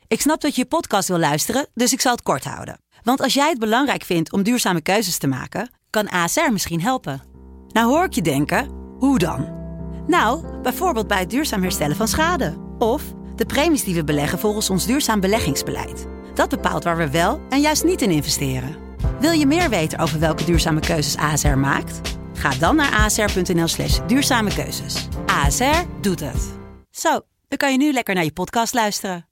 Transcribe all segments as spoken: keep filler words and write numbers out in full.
Ik snap dat je je podcast wil luisteren, dus ik zal het kort houden. Want als jij het belangrijk vindt om duurzame keuzes te maken, kan A S R misschien helpen. Nou hoor ik je denken, hoe dan? Nou, bijvoorbeeld bij het duurzaam herstellen van schade. Of de premies die we beleggen volgens ons duurzaam beleggingsbeleid. Dat bepaalt waar we wel en juist niet in investeren. Wil je meer weten over welke duurzame keuzes A S R maakt? Ga dan naar asr.nl slash duurzame keuzes. A S R doet het. Zo, dan kan je nu lekker naar je podcast luisteren.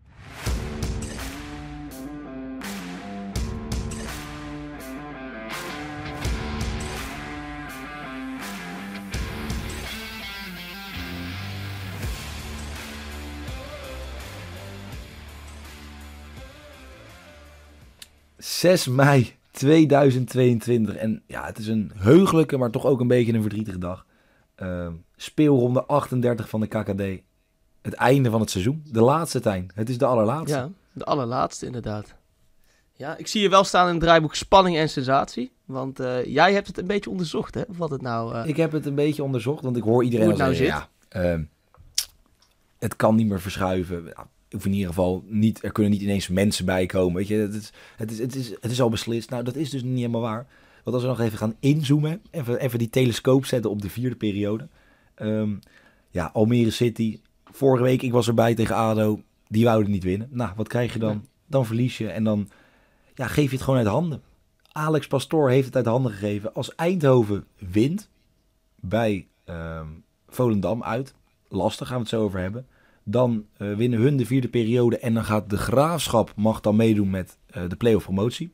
zes mei tweeduizend tweeëntwintig. En ja, het is een heugelijke, maar toch ook een beetje een verdrietige dag. Uh, speelronde achtendertig van de K K D. Het einde van het seizoen. De laatste, Tijn. Het is de allerlaatste. Ja, de allerlaatste inderdaad. Ja, ik zie je wel staan in het draaiboek spanning en sensatie. Want uh, jij hebt het een beetje onderzocht, hè? Wat het nou... Uh... Ik heb het een beetje onderzocht, want ik hoor iedereen Hoe het al nou zeggen... Ja, uh, het kan niet meer verschuiven. Of in ieder geval, niet, er kunnen niet ineens mensen bij komen. Weet je? Het, is, het, is, het, is, het is al beslist. Nou, dat is dus niet helemaal waar. Want als we nog even gaan inzoomen, even, even die telescoop zetten op de vierde periode. Um, ja, Almere City. Vorige week, ik was erbij tegen ADO. Die wouden niet winnen. Nou, wat krijg je dan? Ja. Dan verlies je en dan ja, geef je het gewoon uit handen. Alex Pastoor heeft het uit handen gegeven. Als Eindhoven wint bij um, Volendam uit. Lastig, gaan we het zo over hebben. Dan uh, winnen hun de vierde periode en dan gaat de Graafschap mag dan meedoen met uh, de play-off promotie.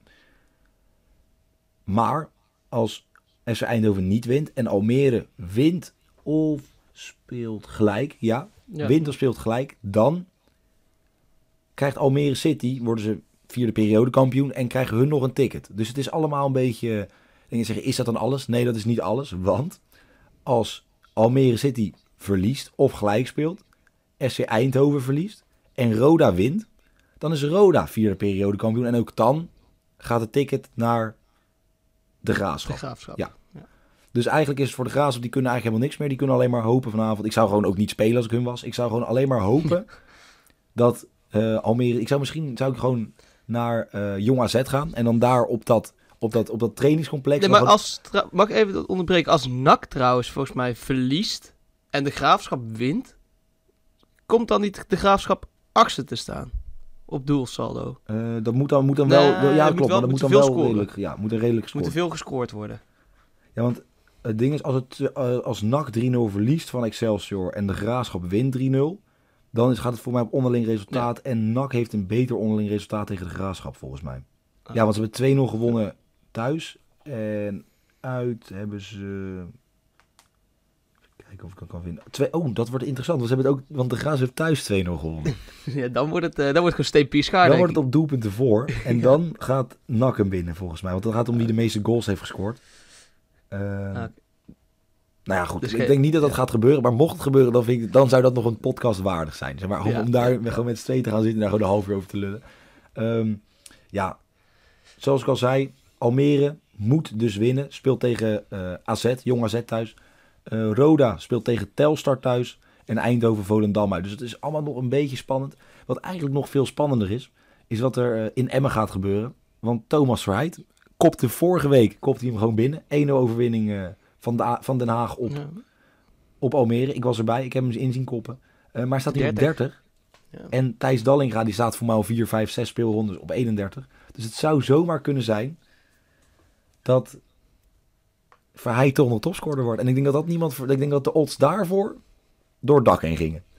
Maar als S V Eindhoven niet wint en Almere wint of speelt gelijk, ja, ja. wint of speelt gelijk, dan krijgt Almere City, worden ze vierde periode kampioen en krijgen hun nog een ticket. Dus het is allemaal een beetje, denk je zeggen, is dat dan alles? Nee, dat is niet alles, want als Almere City verliest of gelijk speelt, S C Eindhoven verliest en Roda wint, dan is Roda vierde periode kampioen. En ook dan gaat het ticket naar de Graafschap. De Graafschap. Ja. Ja. Dus eigenlijk is het voor de Graafschap, die kunnen eigenlijk helemaal niks meer. Die kunnen alleen maar hopen vanavond. Ik zou gewoon ook niet spelen als ik hun was. Ik zou gewoon alleen maar hopen dat uh, Almere... Ik zou misschien zou ik gewoon naar uh, Jong A Z gaan en dan daar op dat, op dat, op dat trainingscomplex... Nee, maar wat... als... Tra- mag ik even dat onderbreken? Als N A C trouwens volgens mij verliest en de Graafschap wint, komt dan niet de Graafschap achtste te staan? Op doelsaldo. Uh, dat moet dan, moet dan nee, wel... Ja, klopt. Wel, maar dat moet dan wel scoren. redelijk... Ja, moet er redelijk scoren. Moet er veel gescoord worden. Ja, want het ding is, als, het, uh, als N A C drie nul verliest van Excelsior en de Graafschap wint drie nul, dan is, gaat het voor mij op onderling resultaat. Ja. En N A C heeft een beter onderling resultaat tegen de Graafschap, volgens mij. Ah. Ja, want ze hebben twee nul gewonnen thuis. En uit hebben ze... Kijken of ik het kan vinden. Twee, oh, dat wordt interessant. Want, ze hebben het ook, want de Graafschap heeft thuis twee nul gewonnen. Ja, dan wordt het, uh, dan wordt het gewoon Steenpierschaar. Dan wordt het op doelpunten voor. En ja. dan gaat N A C hem binnen, volgens mij. Want dan gaat het om wie de meeste goals heeft gescoord. Uh, ah, okay. Nou ja, goed. Dus ik ge- denk niet dat dat ja. gaat gebeuren. Maar mocht het gebeuren, dan, vind ik, dan zou dat nog een podcast waardig zijn. Zeg maar, om, ja. om daar gewoon met z'n tweeën te gaan zitten en daar gewoon een half uur over te lullen. Um, ja, zoals ik al zei, Almere moet dus winnen. Speelt tegen uh, A Z, Jong A Z thuis. Uh, Roda speelt tegen Telstar thuis. En Eindhoven Volendam uit. Dus het is allemaal nog een beetje spannend. Wat eigenlijk nog veel spannender is, is wat er uh, in Emmen gaat gebeuren. Want Thomas Verheid kopte vorige week kopte hij hem gewoon binnen. één nul overwinning uh, van, de, van Den Haag op, ja. op Almere. Ik was erbij, ik heb hem eens inzien koppen. Uh, maar staat hij op dertig. Ja. En Thijs Dallinga die staat voor mij al vier, vijf, zes speelrondes op eenendertig. Dus het zou zomaar kunnen zijn dat Verheid toch nog topscorer wordt. En ik denk dat dat niemand, ik denk dat de odds daarvoor door het dak heen gingen.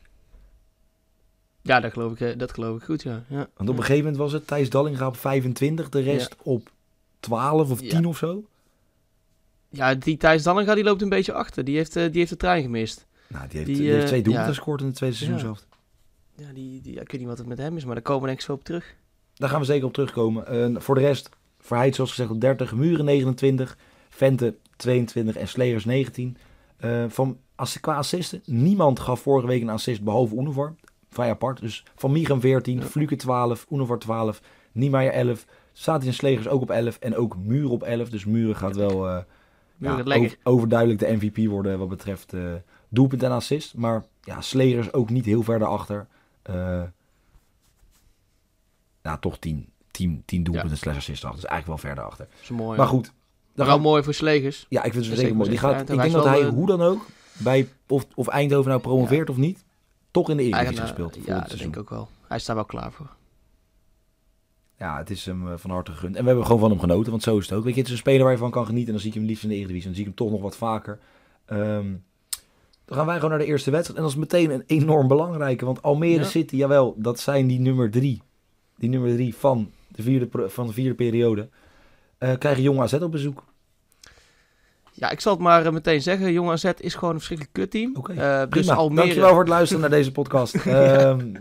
Ja, dat geloof ik, dat geloof ik goed, ja. ja. Want op een gegeven moment was het Thijs Dallinga op vijfentwintig, de rest ja. op twaalf of tien ja. of zo. Ja, die Thijs Dallinga die loopt een beetje achter. Die heeft, uh, die heeft de trein gemist. Nou, die heeft, die, die heeft twee doelpunten ja. gescoord in de tweede seizoen ja. zelf. Ja, die, die, ja, ik weet niet wat het met hem is, maar daar komen we denk ik zo op terug. Daar gaan we zeker op terugkomen. Uh, voor de rest, Verheid zoals gezegd op dertig, Muren negenentwintig, Vente tweeëntwintig en Slegers negentien. Uh, van, als, qua assisten, niemand gaf vorige week een assist behalve Univar. Vrij apart. Dus Van Miegen veertien, ja. Fluke twaalf, Univar twaalf, Niemeyer elf, Satis en Slegers ook op elf en ook Muren op elf. Dus Muren gaat wel uh, ja, over, overduidelijk de M V P worden wat betreft uh, doelpunt en assist. Maar ja, Slegers ook niet heel ver daarachter. Uh, toch tien, tien, tien doelpunten ja. slash assist achter. Dat is eigenlijk wel verder achter. Dat is mooi. Maar goed. Dan wel gaan... mooi voor Slegers. Ja, ik vind het zeker mooi. Die gaat, ik denk dat hij, de... hoe dan ook, bij of, of Eindhoven nou promoveert ja. of niet, toch in de Eredivisie gespeeld. Uh, ja, dat seizoen. Denk ik ook wel. Hij staat wel klaar voor. Ja, het is hem uh, van harte gegund. En we hebben gewoon van hem genoten, want zo is het ook. Weet je, het is een speler waar je van kan genieten. En dan zie ik hem liefst in de Eredivisie. Dan zie ik hem toch nog wat vaker. Um, dan gaan wij gewoon naar de eerste wedstrijd. En dat is meteen een enorm belangrijke. Want Almere ja. City, jawel, dat zijn die nummer drie. Die nummer drie van de vierde, van de vierde periode. Uh, krijgen Jong A Z op bezoek. Ja, ik zal het maar uh, meteen zeggen. Jong A Z is gewoon een verschrikkelijk kutteam. Oké, okay. uh, dus Almere... Dankjewel voor het luisteren naar deze podcast. ja. um,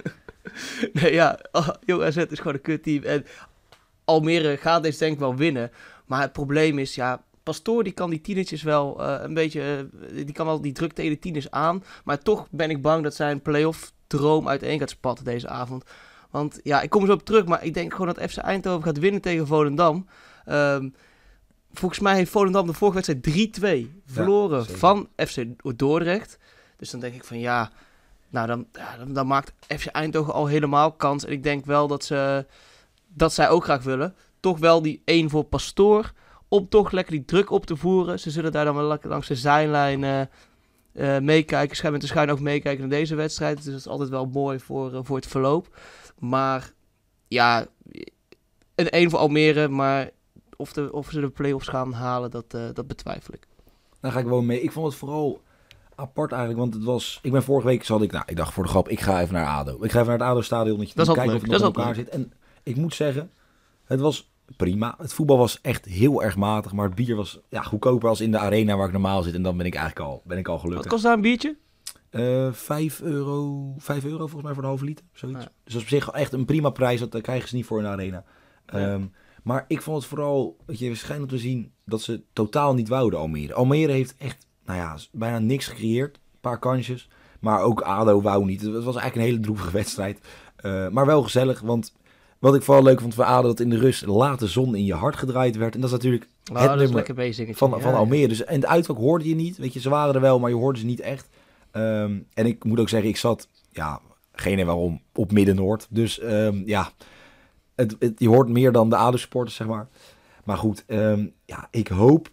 Nee, ja, Jong A Z is gewoon een kutteam. En Almere gaat deze denk ik wel winnen. Maar het probleem is, ja, Pastoor die kan die tienertjes wel uh, een beetje... Uh, die kan wel die druk tegen de tieners aan. Maar toch ben ik bang dat zijn play-off droom uiteen gaat spatten deze avond. Want ja, ik kom er zo op terug. Maar ik denk gewoon dat F C Eindhoven gaat winnen tegen Volendam. Um, volgens mij heeft Volendam de vorige wedstrijd drie twee verloren ja, van F C Dordrecht. Dus dan denk ik van ja... Nou, dan, ja, dan, dan maakt F C Eindhoven al helemaal kans. En ik denk wel dat ze dat zij ook graag willen. Toch wel die één voor Pastoor. Om toch lekker die druk op te voeren. Ze zullen daar dan wel lekker langs de zijlijn uh, uh, meekijken. Schijn met de schuin ook meekijken naar deze wedstrijd. Dus dat is altijd wel mooi voor, uh, voor het verloop. Maar ja, een één voor Almere. Maar of, de, of ze de play-offs gaan halen, dat, uh, dat betwijfel ik. Daar ga ik wel mee. Ik vond het vooral... apart eigenlijk, want het was... Ik ben vorige week, zat ik... Nou, ik dacht voor de grap, ik ga even naar ADO. Ik ga even naar het ADO-stadion, dat je dat kijken leuk. Of het nog in elkaar leuk. Zit. En ik moet zeggen, het was prima. Het voetbal was echt heel erg matig, maar het bier was ja, goedkoper als in de arena waar ik normaal zit. En dan ben ik eigenlijk al, ben ik al gelukkig. Wat kost daar een biertje? Uh, vijf euro, vijf euro volgens mij voor een halve liter, zoiets. Ja. Dus dat is op zich echt een prima prijs, dat krijgen ze niet voor in de arena. Ja. Um, maar ik vond het vooral, weet je, waarschijnlijk te zien dat ze totaal niet wouden Almere. Almere heeft echt... Nou ja, bijna niks gecreëerd. Een paar kansjes. Maar ook ADO wou niet. Het was eigenlijk een hele droevige wedstrijd. Uh, maar wel gezellig. Want wat ik vooral leuk vond van ADO... dat in de rust laat de zon in je hart gedraaid werd. En dat is natuurlijk oh, het dat nummer is van, ja, van Almere. Ja. Dus, en het uitvak hoorde je niet. Weet je, ze waren er wel, maar je hoorde ze niet echt. Um, en ik moet ook zeggen, ik zat... Ja, geen idee waarom. Op Midden-Noord. Dus um, ja... Het, het, je hoort meer dan de ADO-supporters, zeg maar. Maar goed, um, ja, ik hoop...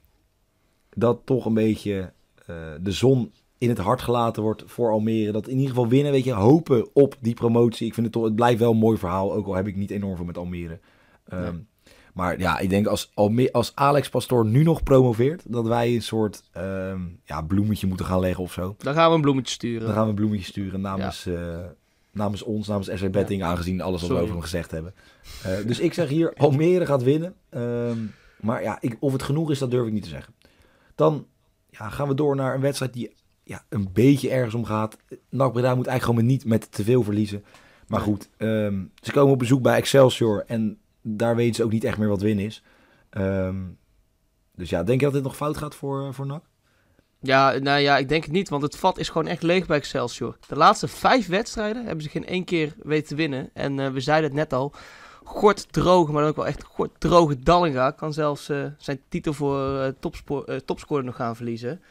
dat toch een beetje... Uh, de zon in het hart gelaten wordt voor Almere. Dat in ieder geval winnen, weet je, hopen op die promotie. Ik vind het toch, het blijft wel een mooi verhaal. Ook al heb ik niet enorm veel met Almere. Um, nee. Maar ja, ik denk als, Alme- als Alex Pastoor nu nog promoveert, dat wij een soort um, ja, bloemetje moeten gaan leggen of zo. Dan gaan we een bloemetje sturen. Dan gaan we een bloemetje sturen namens, ja. uh, namens ons, namens S R Betting, ja. Aangezien alles wat we over hem gezegd hebben. Uh, dus ik zeg hier, Almere gaat winnen. Um, maar ja, ik, of het genoeg is, dat durf ik niet te zeggen. Dan... Ja, gaan we door naar een wedstrijd die ja, een beetje ergens om gaat. N A C Breda moet eigenlijk gewoon niet met te veel verliezen. Maar goed, um, ze komen op bezoek bij Excelsior. En daar weten ze ook niet echt meer wat winnen is. Um, dus ja, denk je dat dit nog fout gaat voor, voor N A C? Ja, nou ja, ik denk het niet. Want het vat is gewoon echt leeg bij Excelsior. De laatste vijf wedstrijden hebben ze geen één keer weten te winnen. En uh, we zeiden het net al. Gort droge, maar dan ook wel echt Gort droge Dallinga kan zelfs uh, zijn titel voor uh, topspo- uh, topscorer nog gaan verliezen.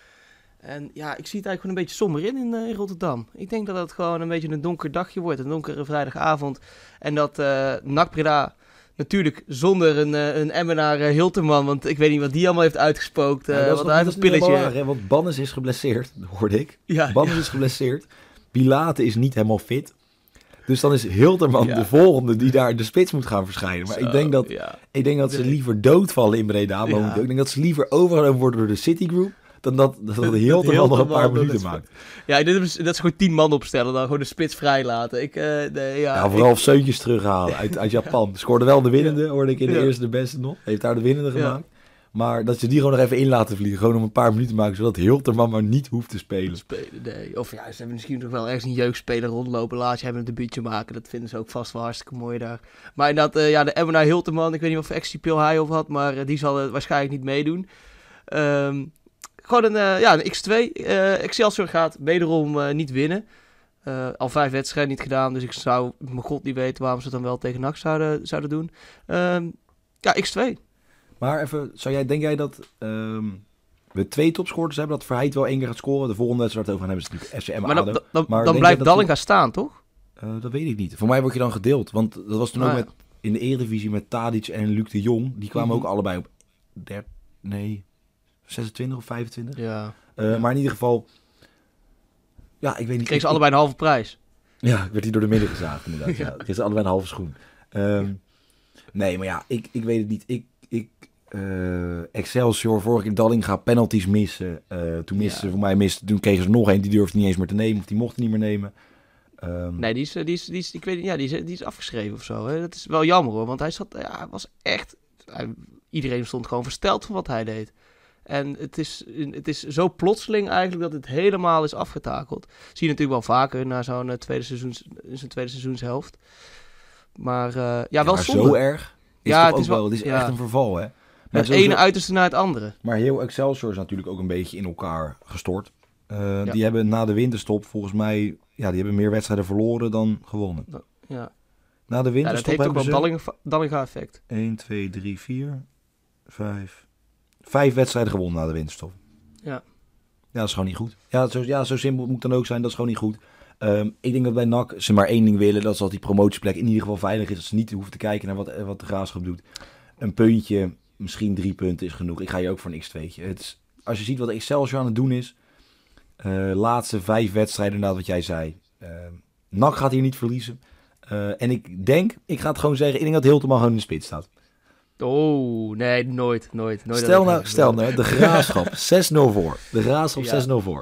En ja, ik zie het eigenlijk gewoon een beetje somber in in, uh, in Rotterdam. Ik denk dat het gewoon een beetje een donker dagje wordt, een donkere vrijdagavond. En dat uh, N A C Breda natuurlijk zonder een, uh, een Emmenaar uh, Hilterman, want ik weet niet wat die allemaal heeft uitgespookt. Uh, ja, wat hij heeft een pilletje. Waar, hè? Want Bannes is geblesseerd, hoorde ik. Ja, Bannes ja. is geblesseerd. Pilate is niet helemaal fit. Dus dan is Hilterman ja. de volgende die daar in de spits moet gaan verschijnen. Maar Zo, ik denk dat, ja. ik denk dat ze liever doodvallen in Breda. Ja. Ik denk dat ze liever overgenomen worden door de Citigroup dan dat, dat, dat Hilterman nog een paar minuten maakt. Ja, dat is, dat is gewoon tien man opstellen. Dan gewoon de spits vrij laten. Ik, uh, nee, ja, ja, vooral ik... Seuntjes terughalen uit, uit Japan. Scoorde wel de winnende, ja. hoorde ik in de ja. eerste de beste nog. Heeft daar de winnende gemaakt. Ja. Maar dat ze die gewoon nog even in laten vliegen. Gewoon om een paar minuten maken, zodat Hilterman maar niet hoeft te spelen. Spelen, nee. Of ja, ze hebben misschien nog wel ergens een jeugdspeler rondlopen. Laat je hem een debuutje maken. Dat vinden ze ook vast wel hartstikke mooi daar. Maar inderdaad, uh, ja, de Emmenaar Hilterman. Ik weet niet wat voor ex-pupil hij of had. Maar uh, die zal uh, waarschijnlijk niet meedoen. Um, gewoon een, uh, ja, een X twee. Uh, Excelsior gaat wederom uh, niet winnen. Uh, al vijf wedstrijden niet gedaan. Dus ik zou mijn god niet weten waarom ze het dan wel tegen N A C zouden, zouden doen. Um, ja, X twee. Maar even, zou jij, denk jij dat um, we twee topscorers hebben? Dat Verheid wel één keer gaat scoren. De volgende wedstrijd over gaan hebben ze natuurlijk F C M Maar ADO. dan, dan, maar dan blijft Dallinga ze... staan, toch? Uh, dat weet ik niet. Voor mij word je dan gedeeld. Want dat was toen ah, ook met, in de Eredivisie met Tadic en Luc de Jong. Die kwamen mm-hmm. ook allebei op der, nee, zesentwintig of vijfentwintig. Ja. Uh, ja. Maar in ieder geval... Ja, ik weet niet. Kreeg ze allebei een halve prijs. Ja, ik werd hier door de midden gezaagd inderdaad. ja. Ja, kreeg ze allebei een halve schoen. Um, nee, maar ja, ik, ik weet het niet. Ik... ik Uh, Excelsior, vorige keer Dallinga penalties missen. Uh, toen misten ja. ze voor mij misten. Toen kregen ze nog één, die durfde niet eens meer te nemen. Of die mochten niet meer nemen. Um, nee, die is, die is, die is, ik weet niet, ja, die is, die is afgeschreven of zo. Hè? Dat is wel jammer hoor, want hij zat, ja, was echt... Hij, iedereen stond gewoon versteld van wat hij deed. En het is, het is zo plotseling eigenlijk dat het helemaal is afgetakeld. Zie je natuurlijk wel vaker na zo'n tweede, seizoens, zijn tweede seizoenshelft. Maar uh, ja, ja, wel maar zonde. Zo erg is ja, het, het is wel, wel, het is ja. echt een verval, hè? Het sowieso... ene uiterste naar het andere. Maar heel Excelsior is natuurlijk ook een beetje in elkaar gestort. Uh, ja. Die hebben na de winterstop volgens mij... Ja, die hebben meer wedstrijden verloren dan gewonnen. Ja. Na de winterstop ja, dat heeft ook wel ze... Dallinga, Dallinga effect. één, twee, drie, vier, vijf... Vijf wedstrijden gewonnen na de winterstop. Ja. Ja, dat is gewoon niet goed. Ja, zo, ja, zo simpel moet het dan ook zijn. Dat is gewoon niet goed. Um, ik denk dat bij N A C ze maar één ding willen. Dat is dat die promotieplek in ieder geval veilig is. Dat ze niet hoeven te kijken naar wat, wat de Graafschap doet. Een puntje... Misschien drie punten is genoeg. Ik ga hier ook voor een x twee'tje. Het is, als je ziet wat Excelsior aan het doen is. Uh, laatste vijf wedstrijden, inderdaad wat jij zei. Uh, N A C gaat hier niet verliezen. Uh, en ik denk, ik ga het gewoon zeggen. Ik denk dat Hilterman gewoon in de spits staat. Oh, nee, nooit, nooit. nooit stel nou, stel nou, de Graafschap zes nul voor. De Graafschap ja. zes nul voor.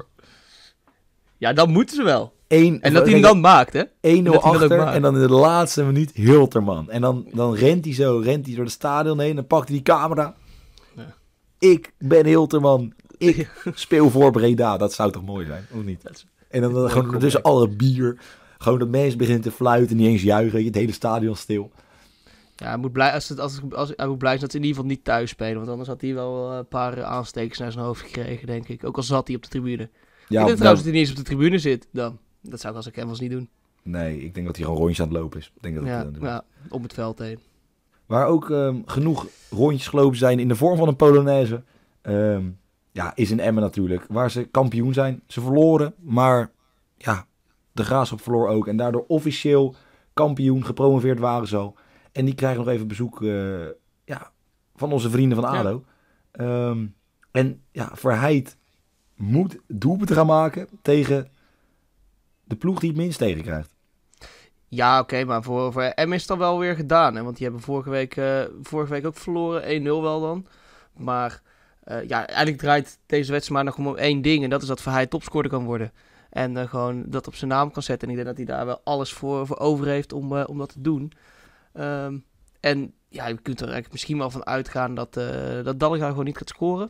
Ja, dan moeten ze wel. Eén, en dat hij hem dan maakt, hè? één nul achter en dan in de laatste minuut Hilterman. En dan, dan rent hij zo, rent hij door het stadion heen. Dan pakt hij die camera. Ja. Ik ben Hilterman. Ik speel voor Breda. Dat zou toch mooi zijn, of niet? En dan, dan gewoon tussen alle bier. Gewoon dat mensen beginnen te fluiten, niet eens juichen. Het hele stadion stil. Ja, hij moet blij, als het, als het, als, hij moet blij zijn dat ze in ieder geval niet thuis spelen. Want anders had hij wel een paar aanstekers naar zijn hoofd gekregen, denk ik. Ook al zat hij op de tribune. Ja, ik denk trouwens dat hij niet eens op de tribune zit dan. Dat zou ik als ik hem was niet doen. Nee, ik denk dat hij gewoon rondjes aan het lopen is. Ik denk dat ja, het, uh, ja, om het veld heen. Waar ook um, genoeg rondjes gelopen zijn in de vorm van een Polonaise. Um, ja, is in Emmen natuurlijk. Waar ze kampioen zijn. Ze verloren, maar ja, de Graafschap verloor ook. En daardoor officieel kampioen, gepromoveerd waren ze al. En die krijgen nog even bezoek uh, ja, van onze vrienden van ADO. Ja. Um, en ja, Verheid moet doelpunten gaan maken tegen... de ploeg die het minst tegenkrijgt. Ja, oké, okay, maar voor, voor M is het dan wel weer gedaan. Hè? Want die hebben vorige week, uh, vorige week ook verloren. één nul wel dan. Maar uh, ja, eigenlijk draait deze wedstrijd maar nog om één ding. En dat is dat Verheid topscorer kan worden. En uh, gewoon dat op zijn naam kan zetten. En ik denk dat hij daar wel alles voor, voor over heeft om, uh, om dat te doen. Um, en ja, je kunt er eigenlijk misschien wel van uitgaan dat, uh, dat Dallinga gewoon niet gaat scoren.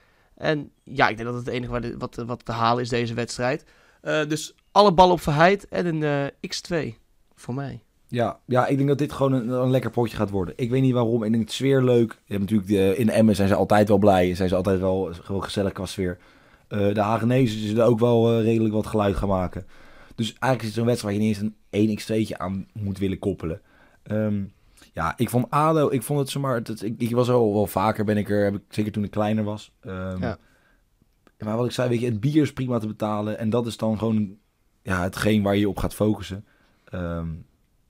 En ja, ik denk dat het het enige wat, wat, wat te halen is deze wedstrijd. Uh, dus alle ballen op Verheid en een uh, x twee voor mij. Ja, ja, ik denk dat dit gewoon een, een lekker potje gaat worden. Ik weet niet waarom. Ik denk het sfeer leuk. Je hebt natuurlijk de, in Emmen zijn ze altijd wel blij. Zijn ze altijd wel gewoon gezellig qua sfeer. Uh, de Hagenezen zullen ook wel uh, redelijk wat geluid gaan maken. Dus eigenlijk is het zo'n wedstrijd waar je niet eens een één x twee'tje aan moet willen koppelen. Um, ja, ik vond ADO, ik vond het zomaar... Het, het, ik, ik was al wel vaker, ben ik er, heb ik, zeker toen ik kleiner was. Um, ja. Maar wat ik zei, weet je, het bier is prima te betalen. En dat is dan gewoon ja, hetgeen waar je op gaat focussen. Um,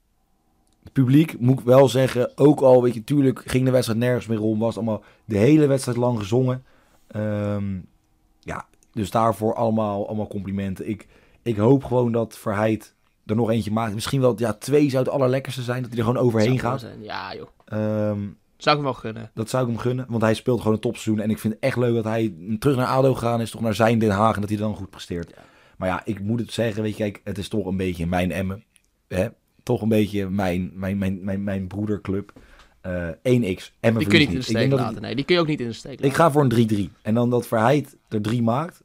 het publiek, moet ik wel zeggen, ook al, weet je, tuurlijk ging de wedstrijd nergens meer om. Was allemaal de hele wedstrijd lang gezongen. Um, ja, dus daarvoor allemaal, allemaal complimenten. Ik, ik hoop gewoon dat Verheid er nog eentje maakt. Misschien wel, ja, twee zou het allerlekkerste zijn. Dat hij er gewoon overheen gaat. Zijn. Ja, joh. Um, zou ik hem wel gunnen. Dat zou ik hem gunnen, want hij speelt gewoon een topseizoen. En ik vind het echt leuk dat hij terug naar ADO gegaan is, toch naar zijn Den Haag, en dat hij dan goed presteert. Ja. Maar ja, ik moet het zeggen, weet je, kijk, het is toch een beetje mijn Emmen. Hè? Toch een beetje mijn, mijn, mijn, mijn, mijn broederclub. Uh, één x. Emmen die kun je niet in de steek steek laten. Ik, nee, die kun je ook niet in de steek laten. Ik ga voor een drie drie. En dan dat Verheid er drie maakt.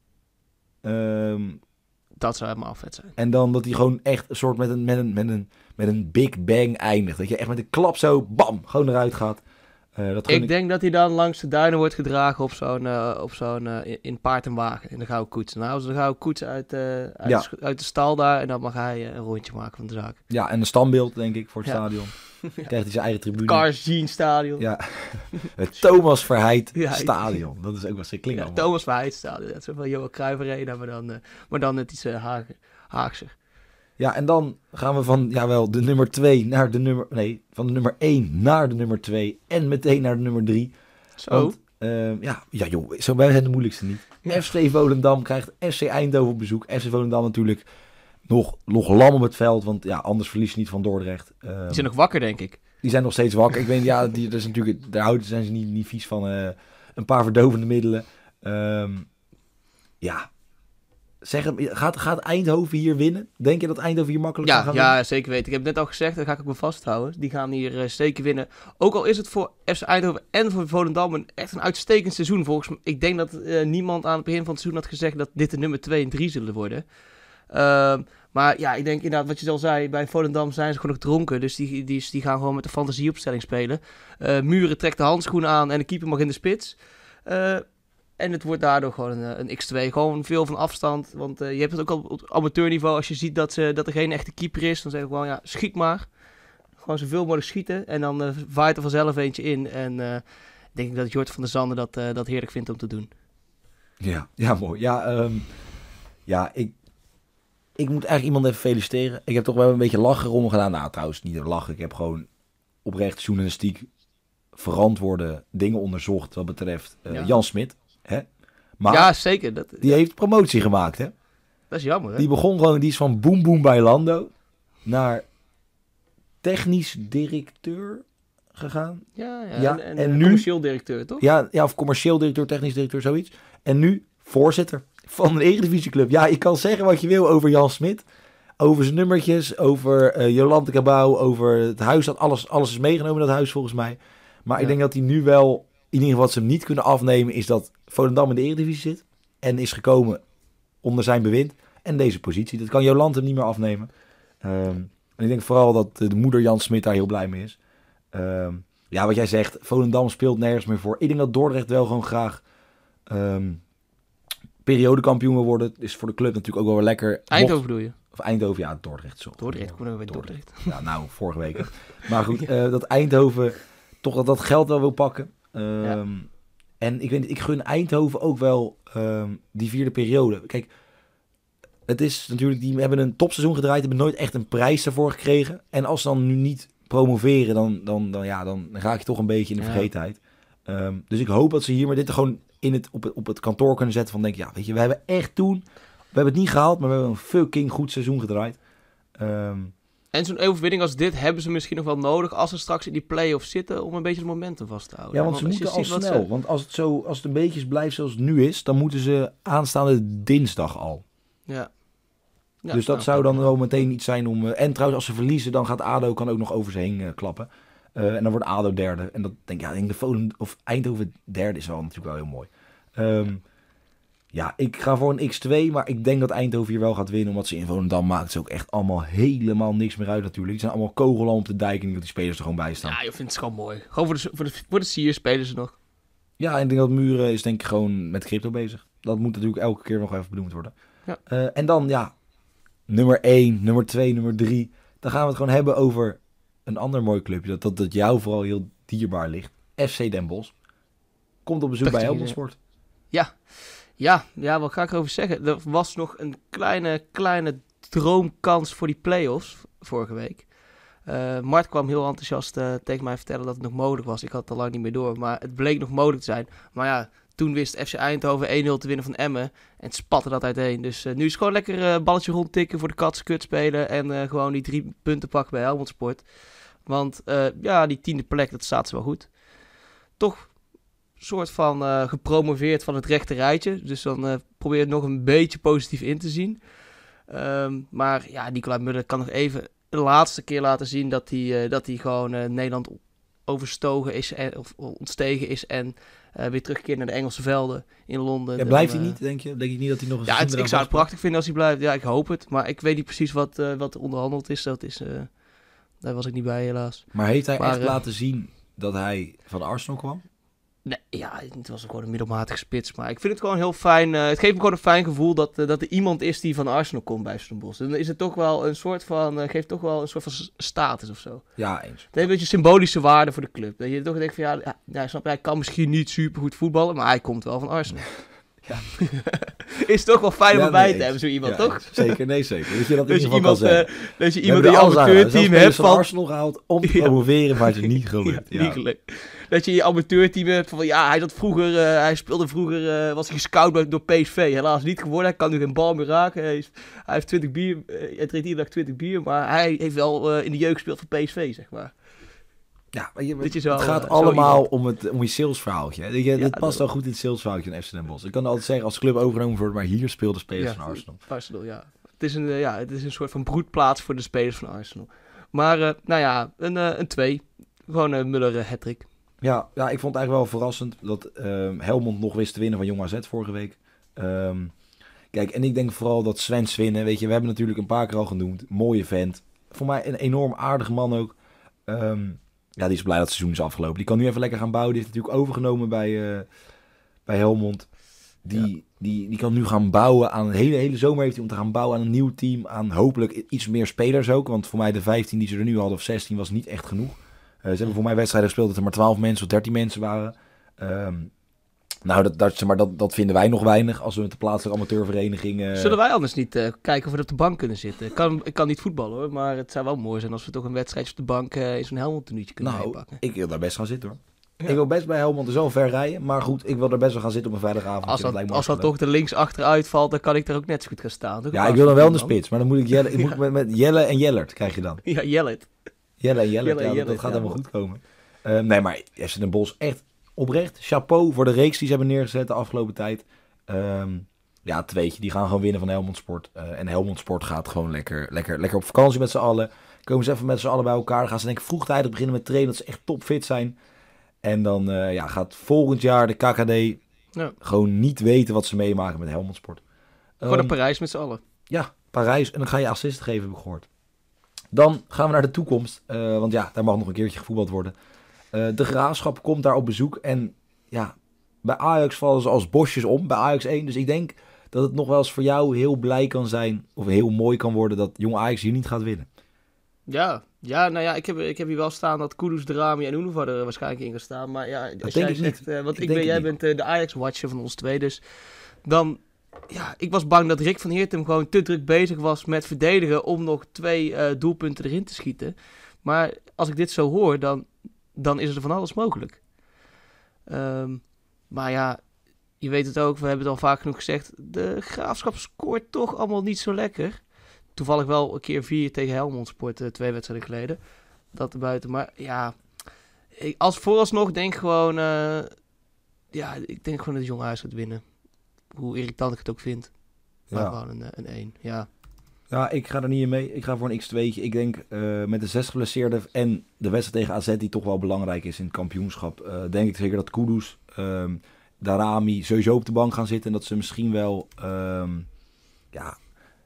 Um, dat zou helemaal vet zijn. En dan dat hij gewoon echt een soort met een, met een, met een, met een big bang eindigt. Dat je echt met een klap zo, bam, gewoon eruit gaat. Uh, dat ik denk dat hij dan langs de duinen wordt gedragen op zo'n, uh, op zo'n uh, in, in paard en wagen, in de gouden koets. Nou, halen ze de gouden koets uit, uh, uit, ja. de, uit de stal daar en dan mag hij uh, een rondje maken van de zaak. Ja, en een standbeeld, denk ik, voor het ja. stadion. Ja. Krijgt hij zijn eigen tribune. Cars Jean Stadion. Ja, het Thomas Verheid ja, Stadion. Dat is ook wat ze klinken. Ja, Thomas Verheid Stadion. Dat is wel Johan Cruijff Arena, maar dan, uh, maar dan net iets uh, Haag, Haagser. Ja, en dan gaan we van, jawel, de nummer twee naar de nummer... Nee, van de nummer één naar de nummer twee en meteen naar de nummer drie. Zo. Want, uh, ja, ja, joh, zo wij zijn de moeilijkste niet. Ja. F C Volendam krijgt F C Eindhoven op bezoek. F C Volendam natuurlijk nog, nog lam op het veld, want ja, anders verlies je niet van Dordrecht. Um, die zijn nog wakker, denk ik. Die zijn nog steeds wakker. Ik weet ja, die, dat is natuurlijk, daar houden zijn ze niet, niet vies van uh, een paar verdovende middelen. Um, ja... Zeg, gaat, gaat Eindhoven hier winnen? Denk je dat Eindhoven hier makkelijk ja, gaat gaan ja, winnen? Ja, zeker weten. Ik heb het net al gezegd, daar ga ik ook wel vasthouden. Die gaan hier uh, zeker winnen. Ook al is het voor F C Eindhoven en voor Volendam een, echt een uitstekend seizoen. Volgens mij, ik denk dat uh, niemand aan het begin van het seizoen had gezegd dat dit de nummer twee en drie zullen worden. Uh, maar ja, ik denk inderdaad, wat je al zei, bij Volendam zijn ze gewoon nog dronken. Dus die, die, die gaan gewoon met de fantasieopstelling spelen. Uh, Muren trekt de handschoenen aan en de keeper mag in de spits. Uh, En het wordt daardoor gewoon een, een X twee. Gewoon veel van afstand. Want uh, je hebt het ook al op amateurniveau. Als je ziet dat, ze, dat er geen echte keeper is. Dan zeg ik gewoon, ja, schiet maar. Gewoon zoveel mogelijk schieten. En dan uh, waait er vanzelf eentje in. En uh, denk ik dat Jort van der Zanden dat, uh, dat heerlijk vindt om te doen. Ja, ja mooi. Ja, um, ja ik, ik moet eigenlijk iemand even feliciteren. Ik heb toch wel een beetje lachen erom gedaan. Nou, trouwens, niet lachen. Ik heb gewoon oprecht journalistiek verantwoorde dingen onderzocht wat betreft uh, ja. Jan Smit. Hè? Maar ja, zeker. Dat, die ja. heeft promotie gemaakt, hè? Dat is jammer, hè? Die begon gewoon, die is van Boem Boem bij Lando naar technisch directeur gegaan. Ja, ja. ja en, en, en nu, commercieel directeur, toch? Ja, ja, of commercieel directeur, technisch directeur, zoiets. En nu voorzitter van een Eredivisieclub. Ja, je kan zeggen wat je wil over Jan Smit. Over zijn nummertjes, over uh, Jolante Cabau, over het huis. Dat alles, alles is meegenomen in dat huis, volgens mij. Maar ja. ik denk dat hij nu wel... In ieder geval wat ze hem niet kunnen afnemen is dat Volendam in de Eredivisie zit. En is gekomen onder zijn bewind. En deze positie. Dat kan Jolante hem niet meer afnemen. Um, en ik denk vooral dat de moeder Jan Smit daar heel blij mee is. Um, ja, wat jij zegt. Volendam speelt nergens meer voor. Ik denk dat Dordrecht wel gewoon graag um, periodekampioen wil worden. Is voor de club natuurlijk ook wel weer lekker. Eindhoven bedoel je? Of Eindhoven, ja, Dordrecht. Sorry. Dordrecht, ik kom nog bij Dordrecht. Ja, nou, vorige week. Maar goed, uh, dat Eindhoven toch dat, dat geld wel wil pakken. Um, ja. En ik, weet, ik gun Eindhoven ook wel um, die vierde periode. Kijk, het is natuurlijk, die hebben een topseizoen gedraaid, hebben nooit echt een prijs daarvoor gekregen. En als ze dan nu niet promoveren, dan, dan, dan, ja, dan raak je toch een beetje in de vergetenheid. Ja. Um, dus ik hoop dat ze hier maar dit er gewoon in het, op, het, op het kantoor kunnen zetten van denk ja, weet je, we hebben echt toen, we hebben het niet gehaald, maar we hebben een fucking goed seizoen gedraaid. Um, En zo'n overwinning als dit hebben ze misschien nog wel nodig als ze straks in die play-off zitten om een beetje het momentum vast te houden. Ja, want, want ze moeten al snel. Ze... Want als het, zo, als het een beetje blijft zoals het nu is, dan moeten ze aanstaande dinsdag al. Ja. ja dus dat nou, zou dan wel meteen iets zijn om... Uh, en trouwens, als ze verliezen, dan gaat ADO kan ook nog over ze heen uh, klappen. Uh, en dan wordt ADO derde. En dat denk ik, ja, denk de Volendam of Eindhoven derde is wel natuurlijk wel heel mooi. Um, Ja, ik ga voor een X twee, maar ik denk dat Eindhoven hier wel gaat winnen. Omdat ze in Volendam maakt ze ook echt allemaal helemaal niks meer uit natuurlijk. Die zijn allemaal kogellam op de dijk en dat die spelers er gewoon bij staan. Ja, je vindt het gewoon mooi. Gewoon voor de, voor de, voor de sier spelen ze nog. Ja, en ik denk dat Muren is denk ik gewoon met crypto bezig. Dat moet natuurlijk elke keer nog even benoemd worden. Ja. Uh, en dan, ja, nummer één, nummer twee, nummer drie. Dan gaan we het gewoon hebben over een ander mooi clubje. Dat, dat, dat jou vooral heel dierbaar ligt. F C Den Bosch. Komt op bezoek bij Helmond Sport. Ja. Ja, ja, wat ga ik erover zeggen? Er was nog een kleine, kleine droomkans voor die play-offs vorige week. Uh, Mart kwam heel enthousiast uh, tegen mij vertellen dat het nog mogelijk was. Ik had het al lang niet meer door, maar het bleek nog mogelijk te zijn. Maar ja, toen wist F C Eindhoven één nul te winnen van Emmen. En het spatte dat uiteen. Dus uh, nu is het gewoon lekker uh, balletje rondtikken voor de katskut spelen. En uh, gewoon die drie punten pakken bij Helmond Sport. Want uh, ja, die tiende plek, dat staat ze wel goed. Toch... soort van uh, gepromoveerd van het rechte rijtje. Dus dan uh, probeer je het nog een beetje positief in te zien. Um, maar ja, Nicolai Muller kan nog even de laatste keer laten zien dat hij, uh, dat hij gewoon uh, Nederland overstogen is en, of ontstegen is en uh, weer terugkeert naar de Engelse velden in Londen. Ja, blijft dan, hij uh, niet, denk je? Denk je niet dat hij nog een ja, het, ik zou het prachtig vinden als hij blijft. Ja, ik hoop het. Maar ik weet niet precies wat, uh, wat er onderhandeld is. Dat is uh, daar was ik niet bij, helaas. Maar heeft hij maar, echt uh, laten zien dat hij van Arsenal kwam? Nee, ja, het was gewoon een middelmatige spits. Maar ik vind het gewoon heel fijn. Uh, het geeft me gewoon een fijn gevoel dat, uh, dat er iemand is die van Arsenal komt bij Stellenbosch. Dan is het toch wel een soort van, uh, geeft toch wel een soort van status of zo. Ja, eens. Het heeft een beetje symbolische waarde voor de club. Dat je toch denkt van ja, ja, snap je, hij kan misschien niet super goed voetballen, maar hij komt wel van Arsenal. Ja. is toch wel fijn om ja, erbij nee, te hebben, zo iemand, ja, toch? Zeker, nee zeker. Dat je dat in Dus ieder geval iemand, kan zeggen. uh, dat je iemand die amateurteam hebt van... van... Arsenal gehaald om te promoveren, maar het is niet gelukt. Ja, ja. niet gelukt. Dat je je amateurteam hebt van, ja, hij zat vroeger, uh, hij speelde vroeger, uh, was hij gescout door P S V. Helaas niet geworden, hij kan nu geen bal meer raken. Hij, is, hij heeft twintig bier, uh, hij drinkt iedere dag twintig bier, maar hij heeft wel uh, in de jeugd gespeeld van P S V, zeg maar. Ja, maar je, het, wel, het gaat uh, allemaal om, het, om je salesverhaaltje. Je, ja, het past wel goed in het salesverhaaltje van F C Den Bosch. Ik kan altijd zeggen, als club overgenomen wordt, maar hier speelden spelers ja, van Arsenal. Arsenal, ja. Het is, een, uh, ja. het is een soort van broedplaats voor de spelers van Arsenal. Maar, uh, nou ja, een, uh, een twee. Gewoon een uh, Muller uh, hat-trick. Ja, ja, ik vond het eigenlijk wel verrassend dat uh, Helmond nog wist te winnen van Jong A Z vorige week. Um, kijk, en ik denk vooral dat Sven Swinnen, weet je, we hebben natuurlijk een paar keer al genoemd. Mooie vent. Voor mij een enorm aardige man ook. Um, ja, die is blij dat het seizoen is afgelopen. Die kan nu even lekker gaan bouwen. Die heeft natuurlijk overgenomen bij, uh, bij Helmond. Die, ja. die, die kan nu gaan bouwen aan een hele, hele zomer heeft hij om te gaan bouwen aan een nieuw team. Aan hopelijk iets meer spelers ook. Want voor mij de vijftien die ze er nu hadden of zestien was niet echt genoeg. Uh, ze hebben voor mij wedstrijden gespeeld dat er maar twaalf mensen of dertien mensen waren. Um, nou, dat, dat, maar dat, dat vinden wij nog weinig als we met de plaatselijke amateurvereniging... Uh... Zullen wij anders niet uh, kijken of we op de bank kunnen zitten? Ik kan, ik kan niet voetballen hoor, maar het zou wel mooi zijn als we toch een wedstrijdje op de bank uh, in zo'n Helmond tenuutje kunnen nou, meepakken. Ik wil daar best gaan zitten hoor. Ja. Ik wil best bij Helmond zo ver rijden, maar goed, ik wil er best wel gaan zitten op een vrijdagavond. Als dat, dat, als dat toch de links achteruit valt, dan kan ik er ook net zo goed gaan staan. Toch? Ja, ik wil dan wel in de spits, maar dan moet ik Jelle, ik ja. moet met, met Jelle en Jellert krijg je dan. Ja, Jellert. Jelle en Jellert, ja, dat, dat gaat ja, helemaal goed komen. Uh, nee, maar F C Den Bosch echt oprecht. Chapeau voor de reeks die ze hebben neergezet de afgelopen tijd. Um, ja, tweetje, die gaan gewoon winnen van Helmond Sport. Uh, en Helmond Sport gaat gewoon lekker, lekker, lekker op vakantie met z'n allen. Komen ze even met z'n allen bij elkaar. Dan gaan ze denk ik vroegtijdig beginnen met trainen, dat ze echt topfit zijn. En dan uh, ja, gaat volgend jaar de K K D ja. gewoon niet weten wat ze meemaken met Helmond Sport. Gewoon um, naar Parijs met z'n allen. Ja, Parijs. En dan ga je assist geven, heb ik gehoord. Dan gaan we naar de toekomst. Uh, want ja, daar mag nog een keertje gevoetbald worden. Uh, de Graafschap komt daar op bezoek. En ja, bij Ajax vallen ze als bosjes om. Bij Ajax één. Dus ik denk dat het nog wel eens voor jou heel blij kan zijn. Of heel mooi kan worden dat Jong Ajax hier niet gaat winnen. Ja, ja, nou ja, ik heb, ik heb hier wel staan dat Kudus, Drami en Unova er waarschijnlijk in gaan staan. Maar ja, als dat jij denk ik zegt, niet. Uh, want ik ik ben, jij niet. bent uh, de Ajax-watcher van ons twee, dus dan... Ja, ik was bang dat Rick van Heertem gewoon te druk bezig was met verdedigen om nog twee uh, doelpunten erin te schieten. Maar als ik dit zo hoor, dan, dan is er van alles mogelijk. Um, maar ja, je weet het ook, we hebben het al vaak genoeg gezegd. De Graafschap scoort toch allemaal niet zo lekker. Toevallig wel een keer vier tegen Helmond Sport, uh, twee wedstrijden geleden. Dat erbuiten. Maar ja, ik, als vooralsnog denk ik gewoon... Uh, ja, ik denk gewoon dat het Jong Ajax gaat winnen. Hoe irritant ik het ook vind. Maar ja. gewoon een, een één, ja. Ja, ik ga er niet in mee. Ik ga voor een X tweetje. Ik denk uh, met de zes geblesseerden en de wedstrijd tegen A Z die toch wel belangrijk is in het kampioenschap. Uh, denk ik zeker dat Kudus, um, Darami sowieso op de bank gaan zitten. En dat ze misschien wel, um, ja,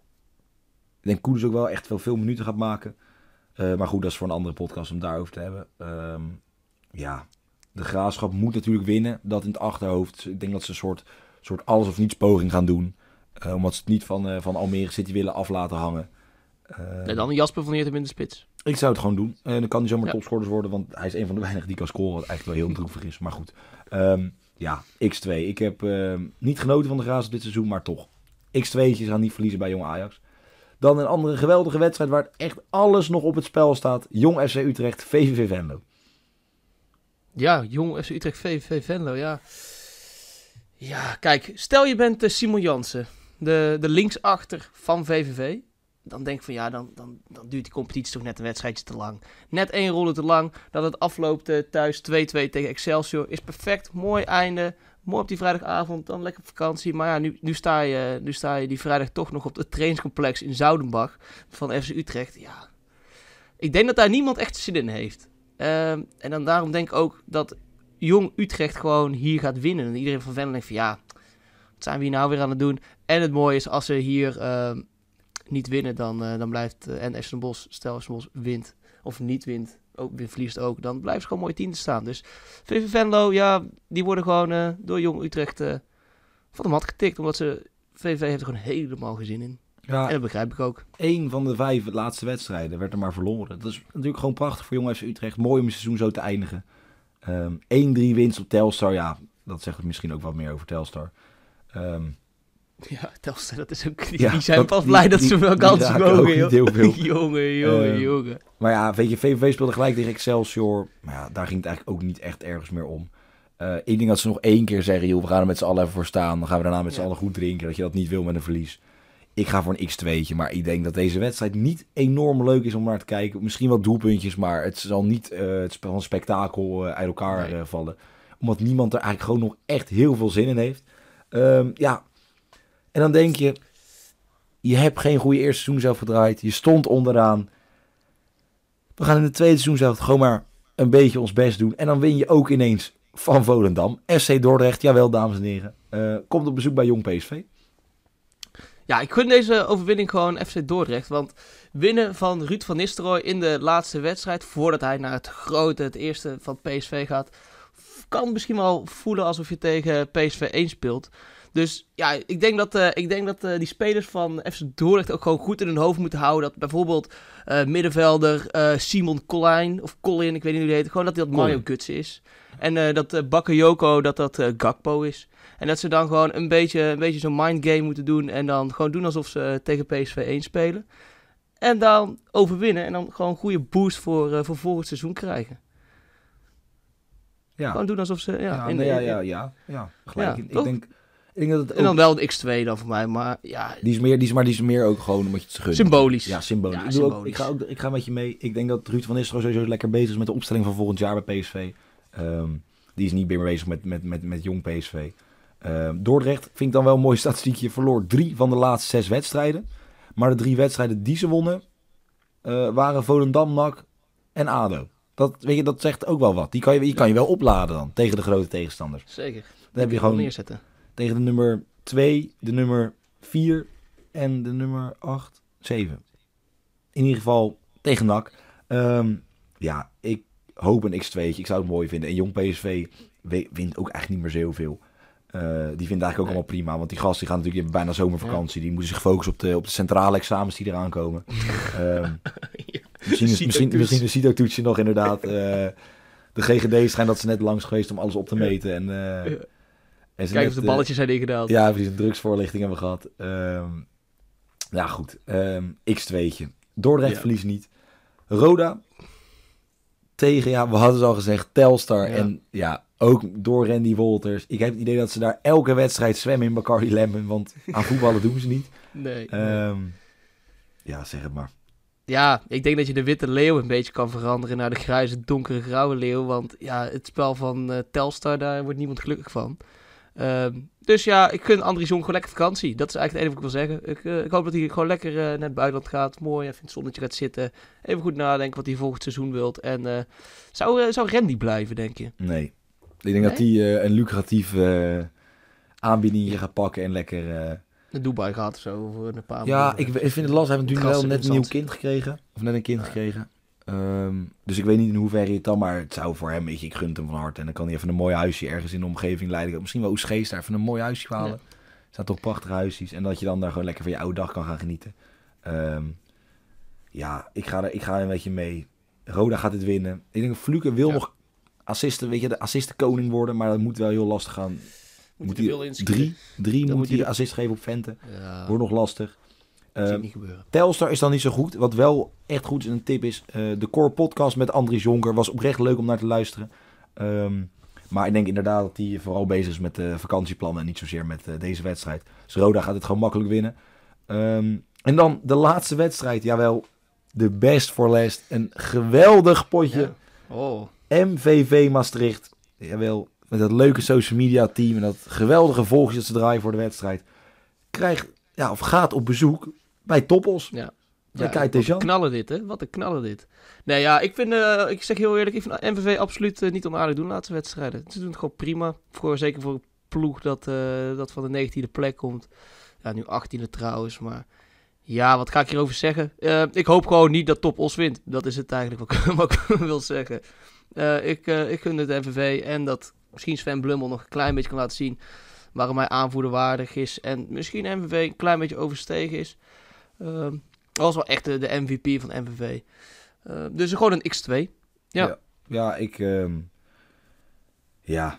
ik denk Kudus ook wel echt veel, veel minuten gaat maken. Uh, maar goed, dat is voor een andere podcast om daarover te hebben. Um, ja, de Graafschap moet natuurlijk winnen. Dat in het achterhoofd. Ik denk dat ze een soort... soort alles of niets poging gaan doen. Uh, omdat ze het niet van, uh, van Almere City willen af laten hangen. Uh, nee, dan Jasper van Heertem in de spits. Ik zou het gewoon doen. En uh, dan kan hij zomaar ja. topscorers worden. Want hij is een van de weinigen die kan scoren. Wat eigenlijk wel heel droevig is. Maar goed. Um, ja, X twee. Ik heb uh, niet genoten van de Graafschap dit seizoen. Maar toch. X tweetjes gaan niet verliezen bij Jong Ajax. Dan een andere geweldige wedstrijd. Waar echt alles nog op het spel staat. Jong F C Utrecht. V V V Venlo. Ja, Jong F C Utrecht. V V V Venlo. Ja. Ja, kijk, stel je bent uh, Simon Jansen, de, de linksachter van V V V. Dan denk ik van ja, dan, dan, dan duurt die competitie toch net een wedstrijdje te lang. Net één ronde te lang, dat het afloopt uh, thuis twee-twee tegen Excelsior. Is perfect, mooi einde, mooi op die vrijdagavond, dan lekker op vakantie. Maar ja, nu, nu, sta je, nu sta je die vrijdag toch nog op het trainingscomplex in Zoudenbach van F C Utrecht. Ja, ik denk dat daar niemand echt zin in heeft. Uh, en dan daarom denk ik ook dat... Jong Utrecht gewoon hier gaat winnen. En iedereen van Venlo denkt van ja, wat zijn we hier nou weer aan het doen? En het mooie is, als ze hier uh, niet winnen, dan, uh, dan blijft... Uh, en F C Den Bosch, stel F C Den Bosch wint, of niet wint, ook, verliest ook, dan blijven ze gewoon mooi tien te staan. Dus V V Venlo, ja, die worden gewoon uh, door Jong Utrecht uh, van de mat getikt. Omdat ze, V V V heeft er gewoon helemaal geen zin in. Ja, en dat begrijp ik ook. Eén van de vijf laatste wedstrijden werd er maar verloren. Dat is natuurlijk gewoon prachtig voor Jong F C Utrecht. Mooi om het seizoen zo te eindigen. Um, één drie winst op Telstar, ja, dat zegt het misschien ook wat meer over Telstar. Um, Ja, Telstar, dat is ook... Die, ja, die zijn dat, pas blij die, dat die, ze wel kansen mogen, joh. Heel veel. jongen, jongen, uh, jongen. Maar ja, weet je, V V V speelde gelijk tegen Excelsior. Maar ja, daar ging het eigenlijk ook niet echt ergens meer om. Uh, ik denk dat ze nog één keer zeggen, joh, we gaan er met z'n allen even voor staan. Dan gaan we daarna met z'n ja. allen goed drinken. Dat je dat niet wil met een verlies. Ik ga voor een x twee'tje, maar ik denk dat deze wedstrijd niet enorm leuk is om naar te kijken. Misschien wat doelpuntjes, maar het zal niet uh, het van een spektakel uh, uit elkaar nee. uh, vallen. Omdat niemand er eigenlijk gewoon nog echt heel veel zin in heeft. Um, ja, en dan denk je, je hebt geen goede eerste seizoen zelf gedraaid. Je stond onderaan. We gaan in de tweede seizoen zelf gewoon maar een beetje ons best doen. En dan win je ook ineens van Volendam. F C Dordrecht, jawel dames en heren. Uh, komt op bezoek bij Jong P S V. Ja, ik gun deze overwinning gewoon F C Dordrecht. Want winnen van Ruud van Nistelrooy in de laatste wedstrijd, voordat hij naar het grote, het eerste van P S V gaat, kan misschien wel voelen alsof je tegen P S V één speelt. Dus ja, ik denk dat, uh, ik denk dat uh, die spelers van F C Dordrecht ook gewoon goed in hun hoofd moeten houden. Dat bijvoorbeeld uh, middenvelder uh, Simon Collijn, of Collin, ik weet niet hoe die heet, gewoon dat hij dat Mario Götze is. En uh, dat uh, Bakayoko, dat dat uh, Gakpo is. En dat ze dan gewoon een beetje, een beetje zo'n mindgame moeten doen. En dan gewoon doen alsof ze uh, tegen P S V één spelen. En dan overwinnen. En dan gewoon een goede boost voor, uh, voor volgend seizoen krijgen. Ja. Gewoon doen alsof ze... Ja, ja, in, nee, ja, in, ja, ja, ja, gelijk. Ja, ik, ik denk, ik denk dat het ook... En dan wel een x twee dan voor mij, maar ja... Die is meer, die is, maar die is meer ook gewoon omdat je het ze gunt. Symbolisch. Ja, symbolisch. Ja, ik, symbolisch. Ook, ik, ga ook, ik ga met je mee. Ik denk dat Ruud van Nistelrooy sowieso lekker bezig is met de opstelling van volgend jaar bij P S V. Um, die is niet meer bezig met, met, met, met jong P S V. Uh, Dordrecht vind ik dan wel een mooi statistiekje. Verloor drie van de laatste zes wedstrijden. Maar de drie wedstrijden die ze wonnen uh, waren Volendam, N A C en A D O. Dat, weet je, dat zegt ook wel wat. Die kan je, die kan je wel opladen dan tegen de grote tegenstanders. Zeker. Dan heb je gewoon neerzetten. Tegen de nummer twee, de nummer vier en de nummer acht, zeven. In ieder geval tegen N A C. Um, ja, ik hoop een x twee'tje. Ik zou het mooi vinden. En jong P S V wint ook echt niet meer zoveel. Uh, die vindt eigenlijk ook nee. allemaal prima. Want die gasten die gaan natuurlijk die bijna zomervakantie. Ja. Die moeten zich focussen op de, op de centrale examens die eraan komen. um, ja. Misschien, is, misschien, misschien een C I T O-toetsje nog inderdaad. Uh, de G G D schijnt dat ze net langs geweest om alles op te meten. En, uh, ja. en Kijk of de balletjes uh, zijn ingedaald. Ja, precies. Een drugsvoorlichting hebben we gehad. Um, ja, goed. Um, x twee'tje. Dordrecht ja. verliest niet. Roda tegen, ja, we hadden het al gezegd, Telstar. Ja. En ja, ook door Randy Wolters. Ik heb het idee dat ze daar elke wedstrijd zwemmen in Bacardi Lemon. Want aan voetballen doen ze niet. Nee. Um, ja, zeg het maar. Ja, ik denk dat je de witte leeuw een beetje kan veranderen naar de grijze, donkere, grauwe leeuw. Want ja, het spel van uh, Telstar, daar wordt niemand gelukkig van. Um, dus ja, ik gun Andries Jong gewoon lekker vakantie. Dat is eigenlijk het enige wat ik wil zeggen. Ik, uh, ik hoop dat hij gewoon lekker uh, naar het buitenland gaat. Mooi, even in het zonnetje gaat zitten. Even goed nadenken wat hij volgend seizoen wilt. En uh, zou, uh, zou Randy blijven, denk je? Nee. Ik denk nee? dat hij uh, een lucratief uh, aanbieding gaat pakken en lekker... Uh... naar Dubai gaat of zo, voor een paar Ja, ik, ik vind het lastig. Hij heeft natuurlijk wel net een nieuw kind gekregen. Of net een kind ja. gekregen. Um, dus ik weet niet in hoeverre het dan, maar het zou voor hem, weet je, ik gun het hem van harte. En dan kan hij even een mooi huisje ergens in de omgeving leiden. Misschien wel Oesgeest daar even een mooi huisje halen. Er ja. staan toch prachtige huisjes. En dat je dan daar gewoon lekker van je oude dag kan gaan genieten. Um, ja, ik ga, er, ik ga er een beetje mee. Roda gaat dit winnen. Ik denk, Fluke wil ja. nog assisten, weet je, de assistenkoning worden. Maar dat moet wel heel lastig gaan. Moet, moet hij drie, drie moet, moet hij de assist geven op Vente. Ja. Wordt nog lastig. Uh, Telstar is dan niet zo goed. Wat wel echt goed is, een tip is... Uh, de Core podcast met Andries Jonker was oprecht leuk om naar te luisteren. Um, maar ik denk inderdaad dat hij vooral bezig is met de vakantieplannen... en niet zozeer met uh, deze wedstrijd. Dus Roda gaat het gewoon makkelijk winnen. Um, en dan de laatste wedstrijd. Jawel, de best for last. Een geweldig potje. Ja. Oh. M V V Maastricht. Jawel, met dat leuke social media team... en dat geweldige volgjes dat ze draaien voor de wedstrijd. Krijgt, ja, of gaat op bezoek... bij Toppos. Ja. Ja, ja, wat een knallen dit, hè? Wat een knallen dit. Nee, ja, ik vind, uh, ik zeg heel eerlijk, ik vind M V V absoluut uh, niet onaardig doen de laatste wedstrijden. Ze doen het gewoon prima. Voor, zeker voor een ploeg dat, uh, dat van de negentiende plek komt. Ja, nu achttiende trouwens, maar... Ja, wat ga ik hierover zeggen? Uh, ik hoop gewoon niet dat Toppos wint. Dat is het eigenlijk wat ik, wat ik wil zeggen. Uh, ik, uh, ik gun het M V V en dat misschien Sven Blummel nog een klein beetje kan laten zien... waarom hij aanvoerder waardig is. En misschien M V V een klein beetje overstegen is. Uh, dat was wel echt de, de M V P van M V V. Uh, dus gewoon een x twee. Ja, ja, ja ik... Um, ja,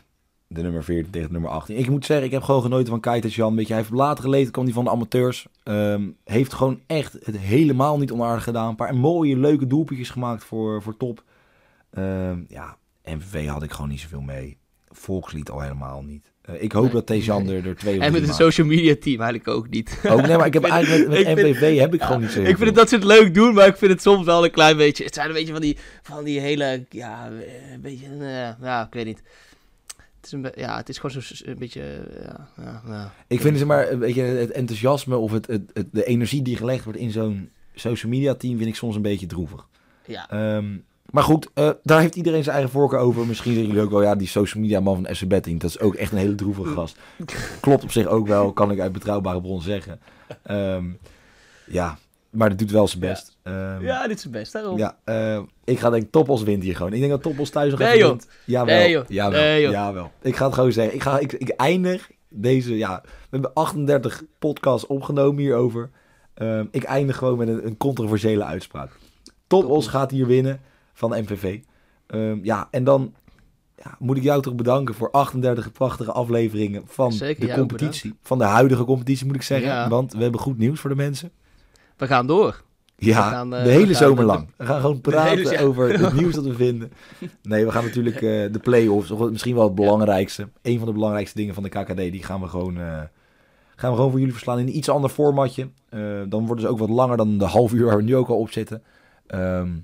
de nummer veertien tegen de nummer achttien. Ik moet zeggen, ik heb gewoon genoten van Kai Tajian. Weet je, hij heeft later geleden, kwam hij van de amateurs. Um, heeft gewoon echt het helemaal niet onaardig gedaan. Een paar mooie, leuke doelpuntjes gemaakt voor, voor top. Um, ja, M V V had ik gewoon niet zoveel mee. Volkslied al helemaal niet. Uh, ik hoop nee, dat Tajian nee. er, er twee of En met een social media team eigenlijk ook niet. Ook nee, maar ik heb eigenlijk met, met M V V vind, heb ik ja, gewoon niet zo. Ik vind het dat ze het leuk doen, maar ik vind het soms wel een klein beetje... Het zijn een beetje van die, van die hele... Ja, een beetje... Uh, ja, ik weet niet. Het is, een, ja, het is gewoon zo een beetje... Ja, ja, ja. Ik vind het maar een beetje het enthousiasme of het, het, het, de energie die gelegd wordt in zo'n social media team vind ik soms een beetje droevig. Ja. Um, maar goed, uh, daar heeft iedereen zijn eigen voorkeur over. Misschien zeggen jullie ook wel, ja, die social media man van F C Betting, dat is ook echt een hele droevige gast. Klopt op zich ook wel, kan ik uit betrouwbare bron zeggen. Um, ja, maar dat doet wel zijn best. Ja, um, ja dit is zijn best, daarom. Ja, uh, ik ga denk Topos wint hier gewoon. Ik denk dat Topos thuis nog nee, even joh. wint. Jawel, nee, joh. Jawel, nee, joh. jawel. Ik ga het gewoon zeggen. Ik, ga, ik, ik eindig deze, ja, we hebben achtendertig podcasts opgenomen hierover. Um, ik eindig gewoon met een, een controversiële uitspraak. Topos gaat hier winnen van M V V. Um, ja, en dan ja, moet ik jou toch bedanken voor achtendertig prachtige afleveringen van Zeker, de competitie. Van de huidige competitie moet ik zeggen. Ja. Want we hebben goed nieuws voor de mensen. We gaan door. Ja, we gaan, uh, de hele we zomer gaan, lang. We gaan gewoon praten hele, ja. over het nieuws dat we vinden. Nee, we gaan natuurlijk uh, de play-offs, misschien wel het belangrijkste. Een van de belangrijkste dingen van de K K D, die gaan we gewoon, uh, gaan we gewoon voor jullie verslaan in een iets ander formatje. Uh, dan worden ze ook wat langer dan de half uur waar we nu ook al op zitten. Um,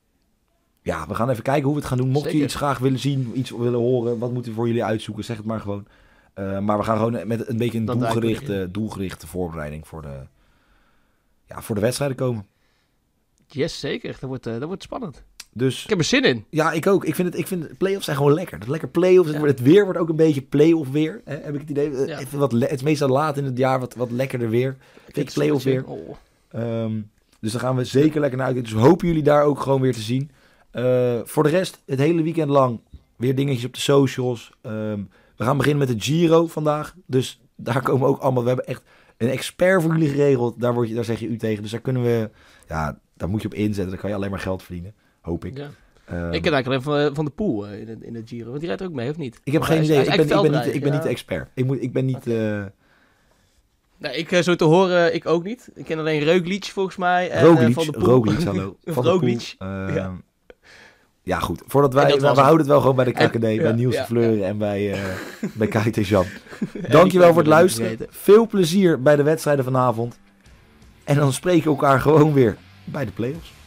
Ja, we gaan even kijken hoe we het gaan doen. Mocht je iets graag willen zien, iets willen horen, wat moeten we voor jullie uitzoeken, zeg het maar gewoon. Uh, maar we gaan gewoon met een beetje een doelgerichte, doelgerichte voorbereiding voor de, ja, voor de wedstrijden komen. Yes, zeker. Dat wordt, uh, dat wordt spannend. Dus, ik heb er zin in. Ja, ik ook. Ik vind, het, ik vind het, play-offs zijn gewoon lekker. Dat lekker play-offs. Ja. Het weer wordt ook een beetje play-off weer. Hè, heb ik het idee. Ja. Even wat le- het is meestal laat in het jaar wat, wat lekkerder weer. Vind ik play-off weer. Oh. Um, dus daar gaan we zeker lekker naar uit. Dus hopen jullie daar ook gewoon weer te zien. Uh, voor de rest, het hele weekend lang weer dingetjes op de socials. Um, we gaan beginnen met de Giro vandaag. Dus daar komen we ook allemaal... We hebben echt een expert voor jullie geregeld. Daar, word je, daar zeg je u tegen. Dus daar kunnen we... Ja, daar moet je op inzetten. Dan kan je alleen maar geld verdienen. Hoop ik. Ja. Um, ik ken eigenlijk alleen van, van de Poel uh, in, de, in de Giro. Want die rijdt ook mee, of niet? Ik heb geen idee. Ik ben, ik ben niet, ik ben ja. niet de expert. Ik, moet, ik ben niet... Okay. Uh, Nee, ik, zo te horen, ik ook niet. Ik ken alleen Roglic volgens mij. En, Roglic, uh, van de Poel. Roglic, hallo. Van Roglic. De Poel. Uh, ja. Ja, goed. Voordat wij, we houden het wel gewoon bij de K K D, en, bij ja, Niels ja, de Fleuren ja. en bij, uh, bij Kai Tajian. Dankjewel voor het luisteren. Veel plezier bij de wedstrijden vanavond. En dan spreken we elkaar gewoon weer bij de play-offs.